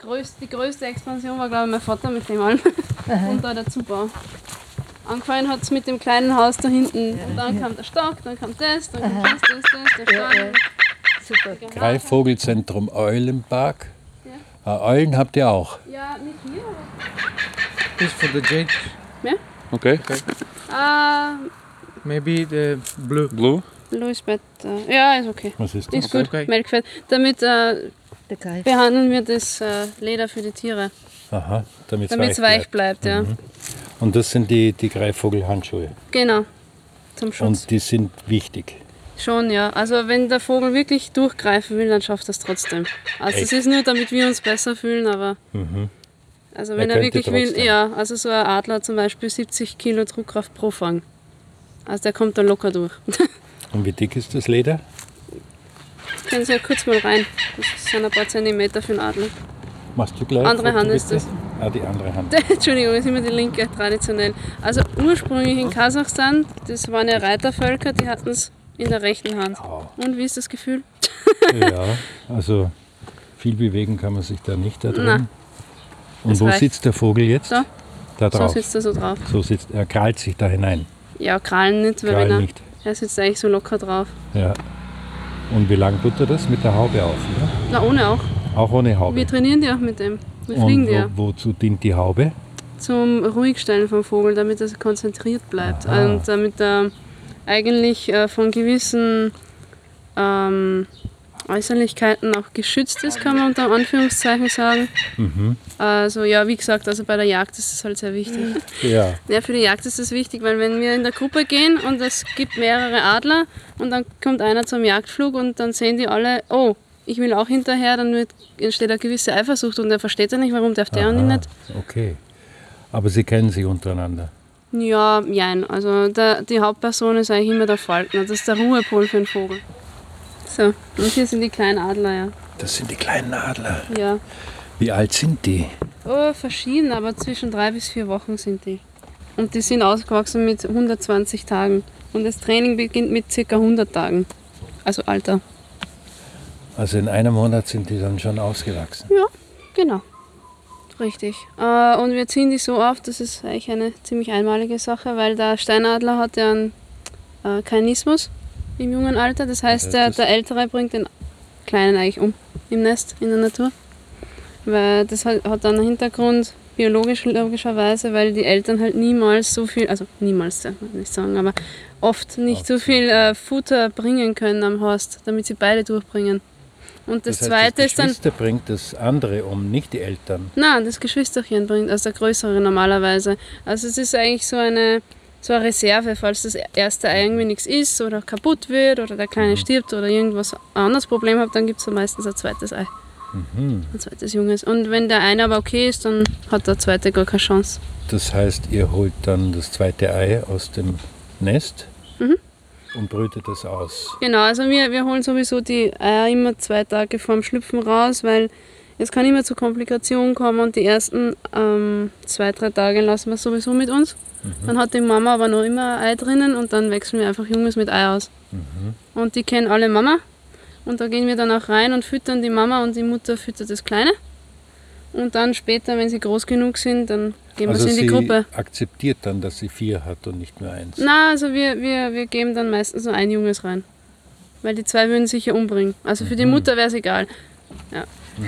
Die größte Expansion war, glaube ich, mein Vater mit dem allem. Und da der Zubau. Angefangen hat es mit dem kleinen Haus da hinten. Und dann kam der Stock, dann kam das, dann kam das, der Stock. Super. Greifvogelzentrum Eulenpark. Eulen habt ihr auch? Ja, nicht hier, aber... This for the jade. Ja? Okay. Maybe the blue. Blue? Louis Better. Ja, ist okay. Was ist das? Ist gut, Okay. Melkfett. Damit Der Greif. behandeln wir das Leder für die Tiere. Aha, damit Damit es weich bleibt, ja. Und das sind die Greifvogelhandschuhe. Genau. Zum Schutz. Und die sind wichtig. Schon, ja. Also wenn der Vogel wirklich durchgreifen will, dann schafft er es trotzdem. Also es ist nur, damit wir uns besser fühlen, aber... Also wenn Er er könnte wirklich will, trotzdem. ja. Also so ein Adler hat zum Beispiel 70 Kilo Druckkraft pro Fang. Also der kommt da locker durch. Und wie dick ist das Leder? Können Sie ja kurz mal rein. Das sind ein paar Zentimeter für den Adler. Machst du gleich? Andere Hand Foto, ist bitte? das. Ah, die andere Hand. Entschuldigung, das ist immer die linke, traditionell. Also ursprünglich in Kasachstan, das waren ja Reitervölker, die hatten es in der rechten Hand. Und wie ist das Gefühl? Ja, also viel bewegen kann man sich da nicht da drin. Nein. Und Das wo reicht. sitzt der Vogel jetzt? Da. Da So drauf. sitzt er so drauf. So sitzt er, krallt sich da hinein. Ja, Krallen nicht, weil Krallen wenn nicht. er sitzt eigentlich so locker drauf. Ja. Und wie lange tut er das? Mit der Haube auf, oder? Na, ohne auch. Auch ohne Haube. Wir trainieren die auch mit dem. Wir Und fliegen die ja. wozu dient die Haube? Zum Ruhigstellen vom Vogel, damit er konzentriert bleibt. Aha. Und damit er eigentlich von gewissen Äußerlichkeiten auch geschützt ist, kann man unter Anführungszeichen sagen. Also ja, wie gesagt, also bei der Jagd ist das halt sehr wichtig. Ja. Ja, für die Jagd ist das wichtig, weil wenn wir in der Gruppe gehen und es gibt mehrere Adler und dann kommt einer zum Jagdflug und dann sehen die alle, oh, ich will auch hinterher, dann entsteht eine gewisse Eifersucht und er versteht ja nicht, warum darf der und ich nicht. Okay. Aber sie kennen sich untereinander. Ja, jein. Also die Hauptperson ist eigentlich immer der Falkner. Das ist der Ruhepol für den Vogel. So, und hier sind die kleinen Adler, ja. Das sind die kleinen Adler. Ja. Wie alt sind die? Oh, verschieden, aber zwischen 3 bis 4 Wochen sind die. Und die sind ausgewachsen mit 120 Tagen. Und das Training beginnt mit ca. 100 Tagen. Also Alter. Also in einem Monat sind die dann schon ausgewachsen. Ja, genau. Richtig. Und wir ziehen die so auf, das ist eigentlich eine ziemlich einmalige Sache, weil der Steinadler hat ja einen Kainismus im jungen Alter. Das heißt, der Ältere bringt den Kleinen eigentlich um im Nest, in der Natur. Weil das hat dann einen Hintergrund, biologisch logischerweise, weil die Eltern halt niemals so viel, also niemals, darf man nicht sagen, aber oft nicht so viel Futter bringen können am Horst, damit sie beide durchbringen. Und das Zweite ist dann... Das Geschwister bringt das andere um, nicht die Eltern. Nein, das Geschwisterchen bringt, also der Größere normalerweise. Also es ist eigentlich so eine Reserve, falls das erste Ei irgendwie nichts ist oder kaputt wird oder der Kleine stirbt oder irgendwas anderes Problem hat, dann gibt es meistens ein zweites Ei. Ein zweites Junges. Und wenn der eine aber okay ist, dann hat der zweite gar keine Chance. Das heißt, ihr holt dann das zweite Ei aus dem Nest und brütet es aus. Genau, also wir holen sowieso die Eier immer 2 Tage vorm Schlüpfen raus, weil es kann immer zu Komplikationen kommen und die ersten 2-3 Tage lassen wir sowieso mit uns. Dann hat die Mama aber noch immer ein Ei drinnen und dann wechseln wir einfach Junges mit Ei aus. Und die kennen alle Mama und da gehen wir dann auch rein und füttern die Mama und die Mutter füttert das Kleine. Und dann später, wenn sie groß genug sind, dann gehen wir Also sie in die Gruppe. sie akzeptiert dann, dass sie 4 hat und nicht nur 1. Na, also wir geben dann meistens nur ein Junges rein. Weil die 2 würden sich ja umbringen. Also für die Mutter wäre es egal. Ja.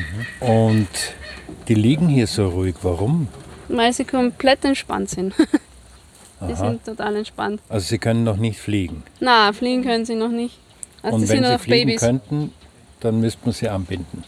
Und die liegen hier so ruhig. Warum? Weil sie komplett entspannt sind. Die sind total entspannt. Also sie können noch nicht fliegen. Na, fliegen können sie noch nicht. Also Und die sind wenn sie noch fliegen Babys. könnten, dann müsste man sie anbinden.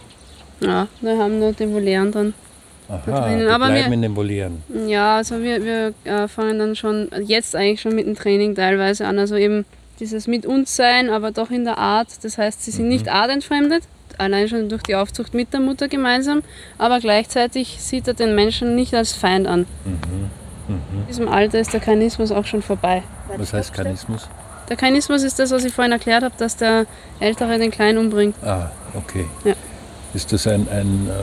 Ja, wir haben nur die Volieren dann. Aha, drinnen. die Aber bleiben wir- in den Volieren. Ja, also wir fangen dann schon, jetzt eigentlich schon mit dem Training teilweise an. Also eben dieses mit uns sein, aber doch in der Art. Das heißt, sie sind nicht artentfremdet, allein schon durch die Aufzucht mit der Mutter gemeinsam, aber gleichzeitig sieht er den Menschen nicht als Feind an. In diesem Alter ist der Kainismus auch schon vorbei. Was heißt Kanismus? Der Kainismus ist das, was ich vorhin erklärt habe, dass der Ältere den Kleinen umbringt. Ah, okay. Ja. Ist das ein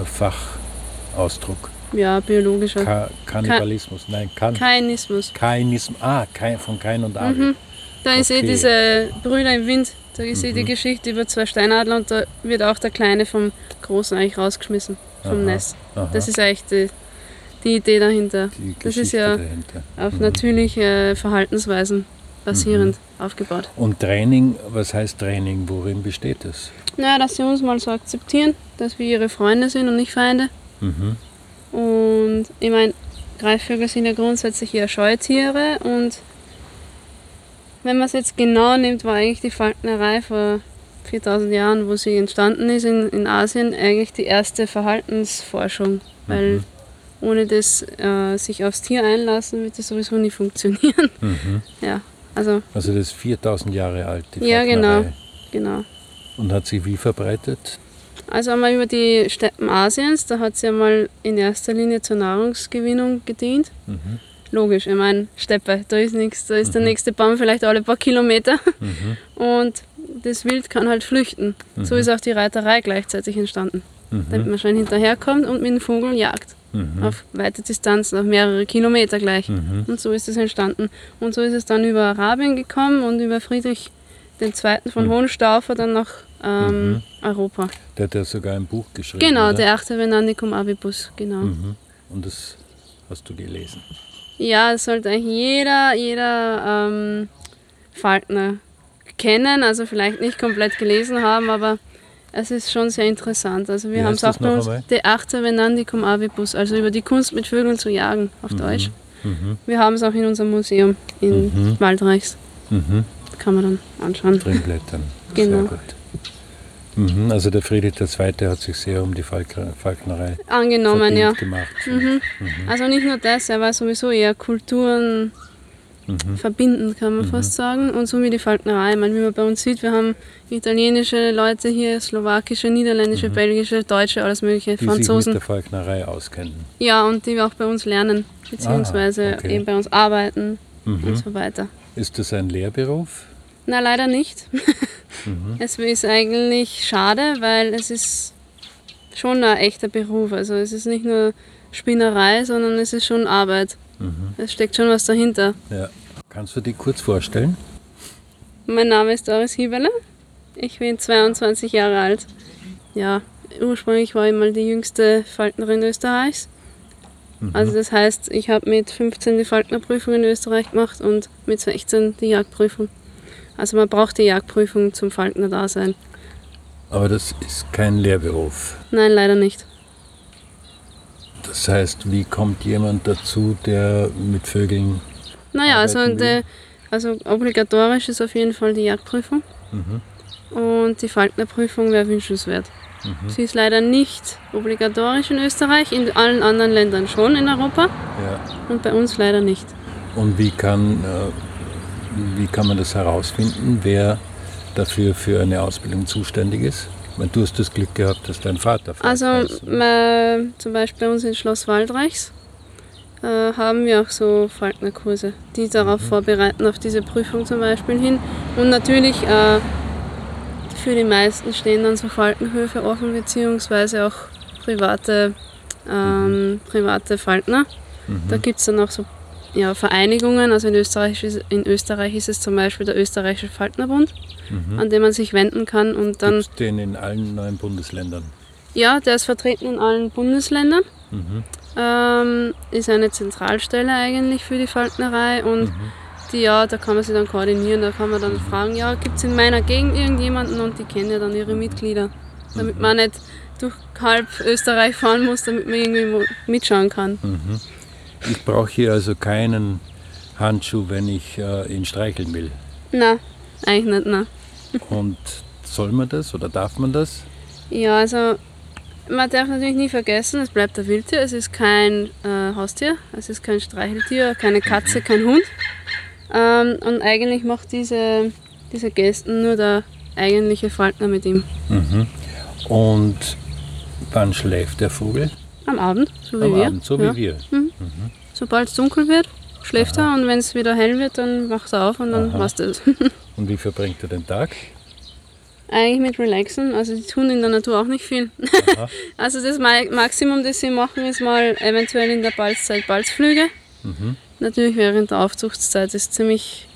Fachausdruck? Ja, biologischer. Kannibalismus? Nein, Kainismus. Kainismus. Ah, von Kain und Abel. Da ist Okay. diese Brüder im Wind, Da ist die Geschichte über 2 Steinadler und da wird auch der Kleine vom Großen eigentlich rausgeschmissen, vom Nest. aha. Das ist eigentlich die Idee dahinter. Die Das ist Geschichte ja dahinter. auf natürliche Verhaltensweisen basierend aufgebaut. Und Training, was heißt Training? Worin besteht das? Naja, dass sie uns mal so akzeptieren, dass wir ihre Freunde sind und nicht Feinde. Mhm. Und ich meine, Greifvögel sind ja grundsätzlich eher Scheutiere und wenn man es jetzt genau nimmt, war eigentlich die Falknerei vor 4000 Jahren, wo sie entstanden ist in Asien, eigentlich die erste Verhaltensforschung, weil ohne das sich aufs Tier einlassen, wird das sowieso nie funktionieren. Mhm. Ja, also Also das ist 4000 Jahre alt, die ja, Falknerei. genau. Und hat sich wie verbreitet? Also einmal über die Steppen Asiens, da hat sie einmal in erster Linie zur Nahrungsgewinnung gedient. Mhm. Logisch, ich meine, Steppe, da ist nichts, da ist der nächste Baum vielleicht alle paar Kilometer und das Wild kann halt flüchten. So ist auch die Reiterei gleichzeitig entstanden, damit man schnell hinterherkommt und mit dem Vogel jagt. Auf weite Distanzen, auf mehrere Kilometer gleich. Und so ist es entstanden. Und so ist es dann über Arabien gekommen und über Friedrich II. Von Hohenstaufer dann nach Europa. Der hat ja sogar ein Buch geschrieben. Genau, oder? der 8. Venandicum Avibus, genau. Und das hast du gelesen. Ja, das sollte eigentlich jeder Falkner kennen, also vielleicht nicht komplett gelesen haben, aber es ist schon sehr interessant. Also Wie wir haben es heißt auch das bei noch uns, einmal? De Arte Venandicum Avibus, also über die Kunst mit Vögeln zu jagen, auf Deutsch. Wir haben es auch in unserem Museum in Waldreichs. Kann man dann anschauen. Drin blättern. Genau. Sehr gut. Also der Friedrich II. Hat sich sehr um die Falknerei Angenommen, ja. gemacht. Also nicht nur das, er war sowieso eher Kulturen verbindend, kann man fast sagen. Und so wie die Falknerei. Ich meine, wie man bei uns sieht, wir haben italienische Leute hier, slowakische, niederländische, belgische, deutsche, alles mögliche, Die sich mit Franzosen. der Falknerei auskennen. Ja, und die auch bei uns lernen, beziehungsweise okay. eben bei uns arbeiten und so weiter. Ist das ein Lehrberuf? Na, leider nicht. Es ist eigentlich schade, weil es ist schon ein echter Beruf. Also es ist nicht nur Spinnerei, sondern es ist schon Arbeit. Es steckt schon was dahinter. Ja. Kannst du dich kurz vorstellen? Mein Name ist Doris Hieberle. Ich bin 22 Jahre alt. Ja, ursprünglich war ich mal die jüngste Falknerin Österreichs. Also das heißt, ich habe mit 15 die Falknerprüfung in Österreich gemacht und mit 16 die Jagdprüfung. Also man braucht die Jagdprüfung zum Falkner-Dasein. Aber das ist kein Lehrberuf. Nein, leider nicht. Das heißt, wie kommt jemand dazu, der mit Vögeln Naja, arbeiten will? also obligatorisch ist auf jeden Fall die Jagdprüfung. Und die Falknerprüfung wäre wünschenswert. Sie ist leider nicht obligatorisch in Österreich, in allen anderen Ländern schon in Europa Ja. und bei uns leider nicht. Und wie kann man das herausfinden, wer dafür für eine Ausbildung zuständig ist? Ich meine, du hast das Glück gehabt, dass dein Vater Falk Also heißt, oder? zum Beispiel bei uns in Schloss Waldreichs haben wir auch so Falknerkurse, die darauf vorbereiten, auf diese Prüfung zum Beispiel hin. Und natürlich für die meisten stehen dann so Falkenhöfe offen, beziehungsweise auch private Falkner. Da gibt es dann auch so Vereinigungen. Also in Österreich ist es zum Beispiel der Österreichische Falknerbund, an den man sich wenden kann. Und dann, Gibt's den in allen 9 Bundesländern? ja, der ist vertreten in allen Bundesländern. Ist eine Zentralstelle eigentlich für die Falknerei und da kann man sich dann koordinieren, da kann man dann fragen, ja, gibt es in meiner Gegend irgendjemanden und die kennen ja dann ihre Mitglieder, damit man nicht durch halb Österreich fahren muss, damit man irgendwie mitschauen kann. Ich brauche hier also keinen Handschuh, wenn ich ihn streicheln will. Nein, eigentlich nicht, nein. Und soll man das oder darf man das? Ja, also man darf natürlich nie vergessen, es bleibt ein Wildtier, es ist kein Haustier, es ist kein Streicheltier, keine Katze, kein Hund. Und eigentlich macht diese Gesten nur der eigentliche Falkner mit ihm. Und wann schläft der Vogel? Am Abend, so wie Am wir. Abend, so ja. wie wir. Sobald es dunkel wird, schläft er und wenn es wieder hell wird, dann wacht er auf und dann war's das. Und wie verbringt er den Tag? Eigentlich mit Relaxen, also die tun in der Natur auch nicht viel. Also das Maximum, das sie machen, ist mal eventuell in der Balzzeit Balzflüge. Natürlich während der Aufzuchtszeit ist ziemlich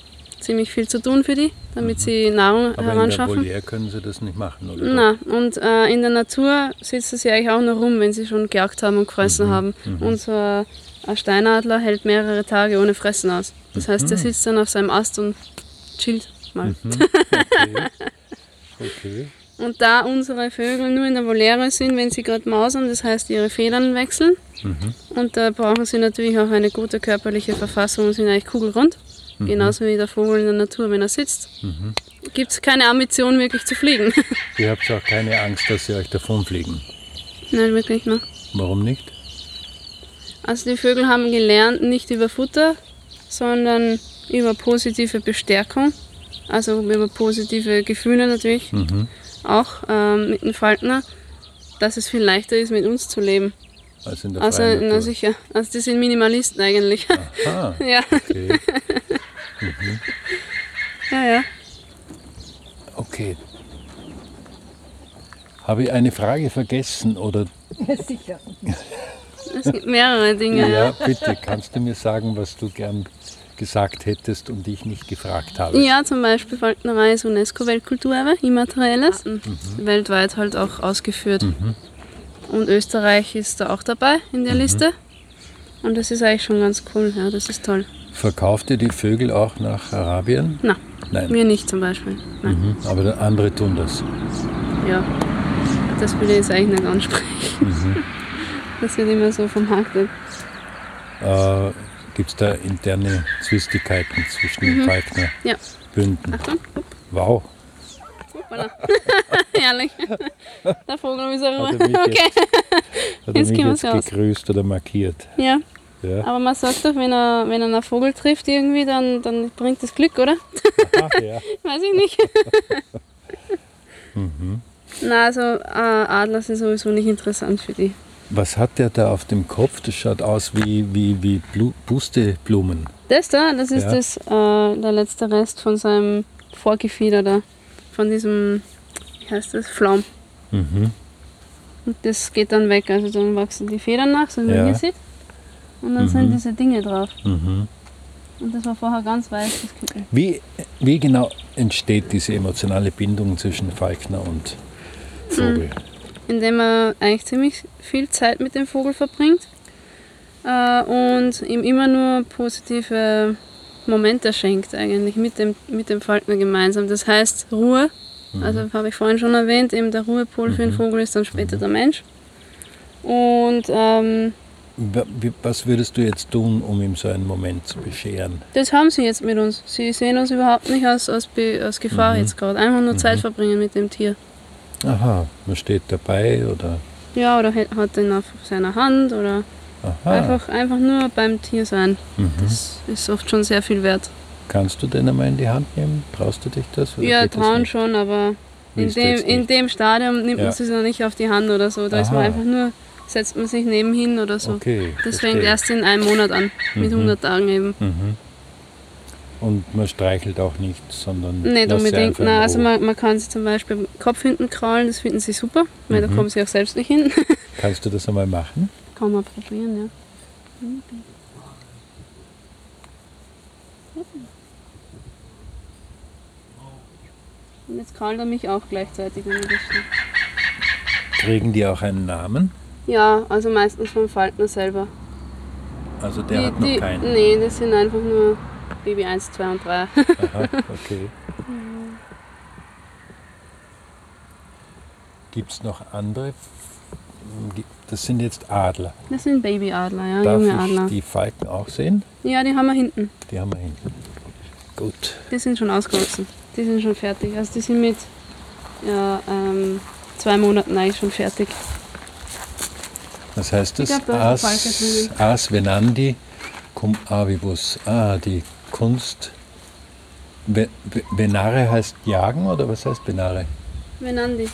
ziemlich viel zu tun für die, damit sie Nahrung Aber in der heranschaffen. Voliere können sie das nicht machen, oder? Na, und in der Natur sitzen sie eigentlich auch nur rum, wenn sie schon gejagt haben und gefressen haben. Und so ein Steinadler hält mehrere Tage ohne Fressen aus. Das heißt, der sitzt dann auf seinem Ast und chillt mal. Okay. Okay. Und da unsere Vögel nur in der Voliere sind, wenn sie gerade mausern, das heißt ihre Federn wechseln. Und da brauchen sie natürlich auch eine gute körperliche Verfassung und sind eigentlich kugelrund. Genauso wie der Vogel in der Natur, wenn er sitzt. Gibt es keine Ambition, wirklich zu fliegen. Ihr habt auch keine Angst, dass sie euch davonfliegen. Nein, wirklich nicht. Warum nicht? Also die Vögel haben gelernt, nicht über Futter, sondern über positive Bestärkung. Also über positive Gefühle natürlich. Auch mit dem Falkner, dass es viel leichter ist, mit uns zu leben. Also in der Also, freien na Natur. sicher. Also die sind Minimalisten eigentlich. Ah, Ja, okay. ja. Okay. Habe ich eine Frage vergessen oder? Sicher. Es gibt mehrere Dinge. Ja, bitte, kannst du mir sagen, was du gern gesagt hättest und ich nicht gefragt habe? Ja, zum Beispiel Falknerei ist UNESCO-Weltkulturerbe, immaterielles. Weltweit halt auch ausgeführt. Und Österreich ist da auch dabei in der Liste. Und das ist eigentlich schon ganz cool, ja, das ist toll. Verkauft ihr die Vögel auch nach Arabien? Na, Nein. wir nicht zum Beispiel. Nein. Aber andere tun das. Ja, das will ich jetzt eigentlich nicht ansprechen. Das wird immer so vermarktet. Gibt es da interne Zwistigkeiten zwischen den Falkner Ja. Bünden? Achtung, Wow. hoppala. Herrlich. Der Vogel ist er Hat Ruhe. er mich Okay. Hat er Jetzt mich gehen jetzt wir's aus. gegrüßt oder markiert? Ja, Ja. aber man sagt doch, wenn er einen Vogel trifft irgendwie, dann bringt das Glück, oder? Ach, ja. Weiß ich nicht. Na, also Adler sind sowieso nicht interessant für die. Was hat der da auf dem Kopf? Das schaut aus wie Pusteblumen. Das da, das ist Ja. der letzte Rest von seinem Vorgefieder da. Von diesem, wie heißt das, Flaum. Und das geht dann weg, also dann wachsen die Federn nach, so wie man Ja. hier sieht. Und dann sind diese Dinge drauf. Mhm. Und das war vorher ganz weiß, das Küken. Wie genau entsteht diese emotionale Bindung zwischen Falkner und Vogel? Indem man eigentlich ziemlich viel Zeit mit dem Vogel verbringt und ihm immer nur positive Momente schenkt eigentlich mit dem Falkner gemeinsam. Das heißt Ruhe, also habe ich vorhin schon erwähnt, eben der Ruhepol für den Vogel ist dann später der Mensch. Und Was würdest du jetzt tun, um ihm so einen Moment zu bescheren? das haben sie jetzt mit uns. Sie sehen uns überhaupt nicht als Gefahr jetzt gerade. Einfach nur Zeit verbringen mit dem Tier. Aha, man steht dabei oder? Ja, oder hat ihn auf seiner Hand oder Aha. einfach nur beim Tier sein. Das ist oft schon sehr viel wert. Kannst du den einmal in die Hand nehmen? Traust du dich das? Oder Ja, geht das trauen nicht? schon, aber Willst du jetzt in nicht? dem Stadium nimmt Ja. man sich noch nicht auf die Hand oder so. Da ist man Aha. einfach nur, setzt man sich nebenhin oder so. Okay, Das verstehe. fängt erst in einem Monat an, mit 100 Tagen eben. Und man streichelt auch nicht, sondern Nicht lässt sie unbedingt. einfach in Nein, also Ruhe. man kann sich zum Beispiel am Kopf hinten kraulen, das finden sie super, weil da kommen sie auch selbst nicht hin. Kannst du das einmal machen? Kann man probieren, ja. Und jetzt krallt er mich auch gleichzeitig, wenn ich das tue. Kriegen die auch einen Namen? Ja, also meistens vom Falkner selber. Also der hat noch keinen. Nee, das sind einfach nur Baby 1, 2 und 3. Aha, okay. Gibt es noch andere? Das sind jetzt Adler. Das sind Babyadler, ja, Darf junge ich Adler. die Falken auch sehen? Ja, die haben wir hinten. Die haben wir hinten. Gut. Die sind schon ausgewachsen. Die sind schon fertig. Also die sind mit 2 Monaten eigentlich schon fertig. Was heißt das? Ich glaub, da ist ein Falke drin. As venandi cum avibus. Ah, die Kunst. Venare heißt jagen oder was heißt Venare? Venandi.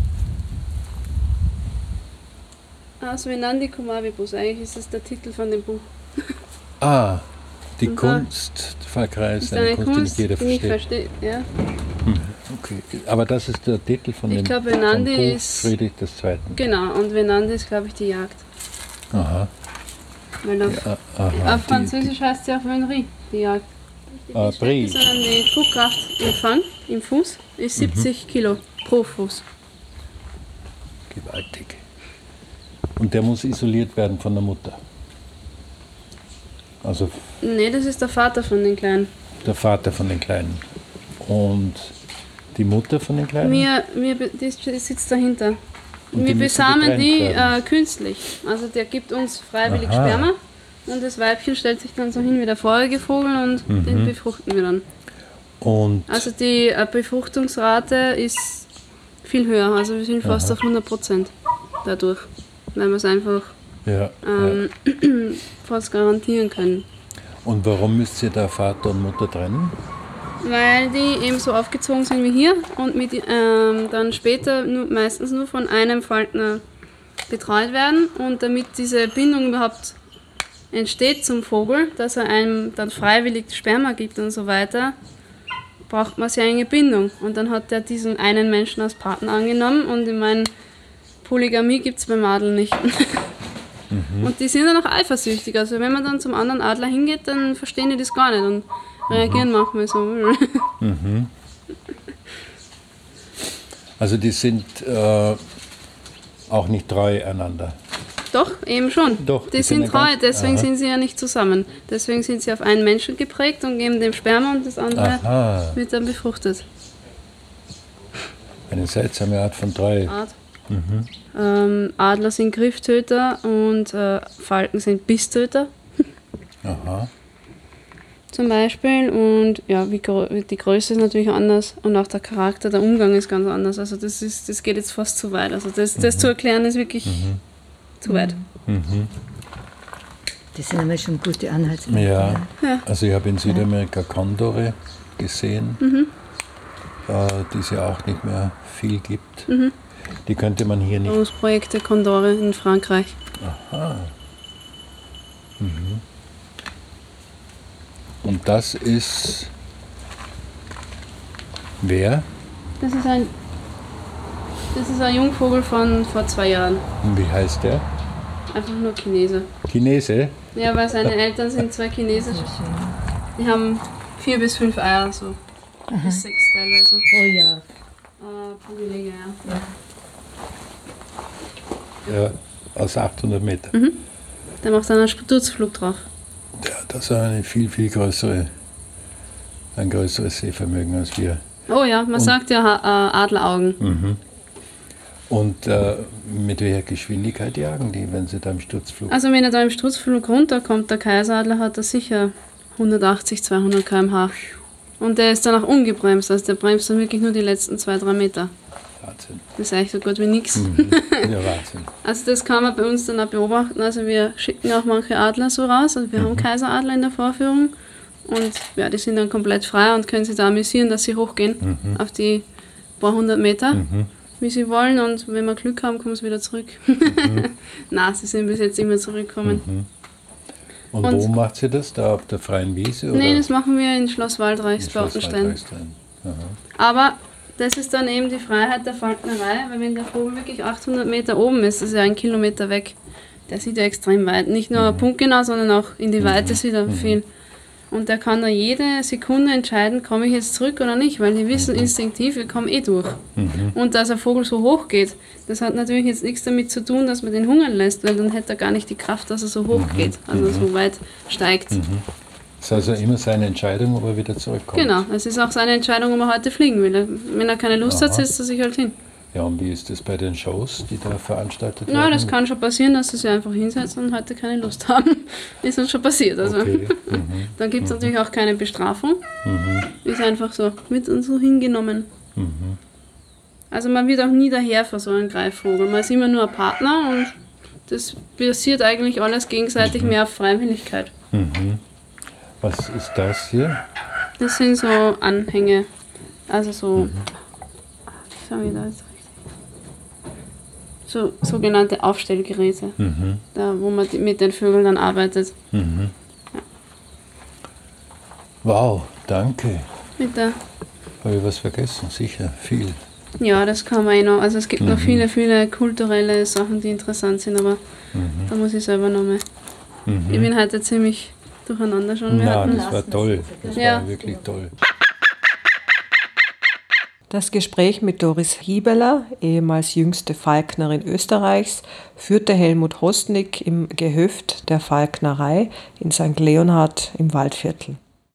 Venandi cum avibus. Eigentlich ist das der Titel von dem Buch. Ah, die Und da Kunst. Falkerei ist ist eine Kunst, die nicht jeder die nicht versteht. versteht. Ja. Okay. Aber das ist der Titel von Ich dem glaub, vom Venandi Buch ist- Friedrich II. Genau, und Venandi ist, glaube ich, die Jagd. Aha. Weil auf, Aha. auf Französisch heißt sie auch Venerie, die Jagd. Die Brie. Bischwecke, sondern die Trugkraft im Fang, im Fuß, ist 70 Kilo pro Fuß. Gewaltig. Und der muss isoliert werden von der Mutter. Also Nee, das ist der Vater von den Kleinen. der Vater von den Kleinen. Und die Mutter von den Kleinen? Die sitzt dahinter. Und die Wir müssen besamen getrennt die werden. künstlich. Also der gibt uns freiwillig Aha. Sperma und das Weibchen stellt sich dann so hin wie der vorherige Vogel und den befruchten wir dann. Und Also die Befruchtungsrate ist viel höher, also wir sind fast auf 100% dadurch, weil wir es einfach ja, ja. fast garantieren können. Und warum müsst ihr da Vater und Mutter trennen? Weil die eben so aufgezogen sind wie hier und dann später meistens nur von einem Falkner betreut werden. Und damit diese Bindung überhaupt entsteht zum Vogel, dass er einem dann freiwillig Sperma gibt und so weiter, braucht man sehr enge Bindung. Und dann hat er diesen einen Menschen als Partner angenommen und ich meine, Polygamie gibt es beim Adler nicht. Und die sind dann auch eifersüchtig. Also wenn man dann zum anderen Adler hingeht, dann verstehen die das gar nicht und reagieren manchmal so. Also die sind auch nicht treu einander. Doch, eben schon. Doch, die sind ja treu, ganz- deswegen aha. sind sie ja nicht zusammen. Deswegen sind sie auf einen Menschen geprägt und geben dem Sperma und das andere Aha, wird dann befruchtet. eine seltsame Art von Treue. Art. Adler sind Grifftöter und Falken sind Bisstöter Aha. zum Beispiel. Und ja, die Größe ist natürlich anders und auch der Charakter, der Umgang ist ganz anders. Also das geht jetzt fast zu weit. Also das zu erklären ist wirklich zu weit. Das sind einmal schon gute Anhaltspunkte. Ja, also ich habe in Südamerika Kondore gesehen, die es ja auch nicht mehr viel gibt. Die könnte man hier nicht. Großprojekte Condore in Frankreich. Und das ist wer? Das ist ein Jungvogel von vor 2 Jahren. Und wie heißt der? Einfach nur Chinese. Chinese? Ja, weil seine Eltern sind 2 chinesische. Die haben 4 bis 5 Eier, so. Bis 6 teilweise. Oh ja. Pro Gelege, ja. Ja, aus 800 Meter. Der macht dann einen Sturzflug drauf. Der hat also ein größeres Sehvermögen als wir. Oh ja, man sagt ja Adleraugen. Und mit welcher Geschwindigkeit jagen die, wenn sie da im Sturzflug? Also wenn er da im Sturzflug runterkommt, der Kaiseradler hat da sicher 180, 200 km/h. Und der ist dann auch ungebremst, also der bremst dann wirklich nur die letzten 2-3 Meter. Wahnsinn. Das ist eigentlich so gut wie nichts. Ja, Wahnsinn. Also das kann man bei uns dann auch beobachten. Also wir schicken auch manche Adler so raus. Also wir haben Kaiseradler in der Vorführung. Und ja, die sind dann komplett frei und können sich da amüsieren, dass sie hochgehen auf die paar 100 Meter, wie sie wollen. Und wenn wir Glück haben, kommen sie wieder zurück. Nein, sie sind bis jetzt immer zurückgekommen. Und wo macht sie das? Da auf der freien Wiese? Nee, oder? das machen wir in Schloss Waldreichs, In Schloss Bautenstein. Waldreichstein. Aha. Aber das ist dann eben die Freiheit der Falknerei, weil wenn der Vogel wirklich 800 Meter oben ist, das ist ja 1 Kilometer weg, der sieht ja extrem weit. Nicht nur punktgenau, sondern auch in die Weite sieht er viel. Und der kann da jede Sekunde entscheiden, komme ich jetzt zurück oder nicht, weil die wissen instinktiv, wir kommen eh durch. Und dass ein Vogel so hoch geht, das hat natürlich jetzt nichts damit zu tun, dass man den hungern lässt, weil dann hätte er gar nicht die Kraft, dass er so hoch geht, also so weit steigt. Das ist also immer seine Entscheidung, ob er wieder zurückkommt. Genau, es ist auch seine Entscheidung, ob er heute fliegen will. Wenn er keine Lust hat, setzt er sich halt hin. Ja, und wie ist das bei den Shows, die da veranstaltet werden? Ja, das kann schon passieren, dass sie sich einfach hinsetzen und heute keine Lust haben. Ist uns schon passiert. Also. Okay. Dann gibt es natürlich auch keine Bestrafung. Ist einfach so, wird uns so hingenommen. Also man wird auch nie daher für so einen Greifvogel. Man ist immer nur ein Partner und das basiert eigentlich alles gegenseitig mehr auf Freiwilligkeit. Was ist das hier? Das sind so Anhänge, also so, wie sage ich da jetzt richtig? So sogenannte Aufstellgeräte, da, wo man mit den Vögeln dann arbeitet. Wow, danke. Mit der, Habe ich was vergessen? Sicher, viel. ja, das kann man eh noch. Also es gibt noch viele, viele kulturelle Sachen, die interessant sind, aber da muss ich selber noch mal. Ich bin heute ziemlich durcheinander schon. Na, das war toll. Das Ja. war wirklich toll. Das Gespräch mit Doris Hiebeler, ehemals jüngste Falknerin Österreichs, führte Helmut Hostnik im Gehöft der Falknerei in St. Leonhard im Waldviertel.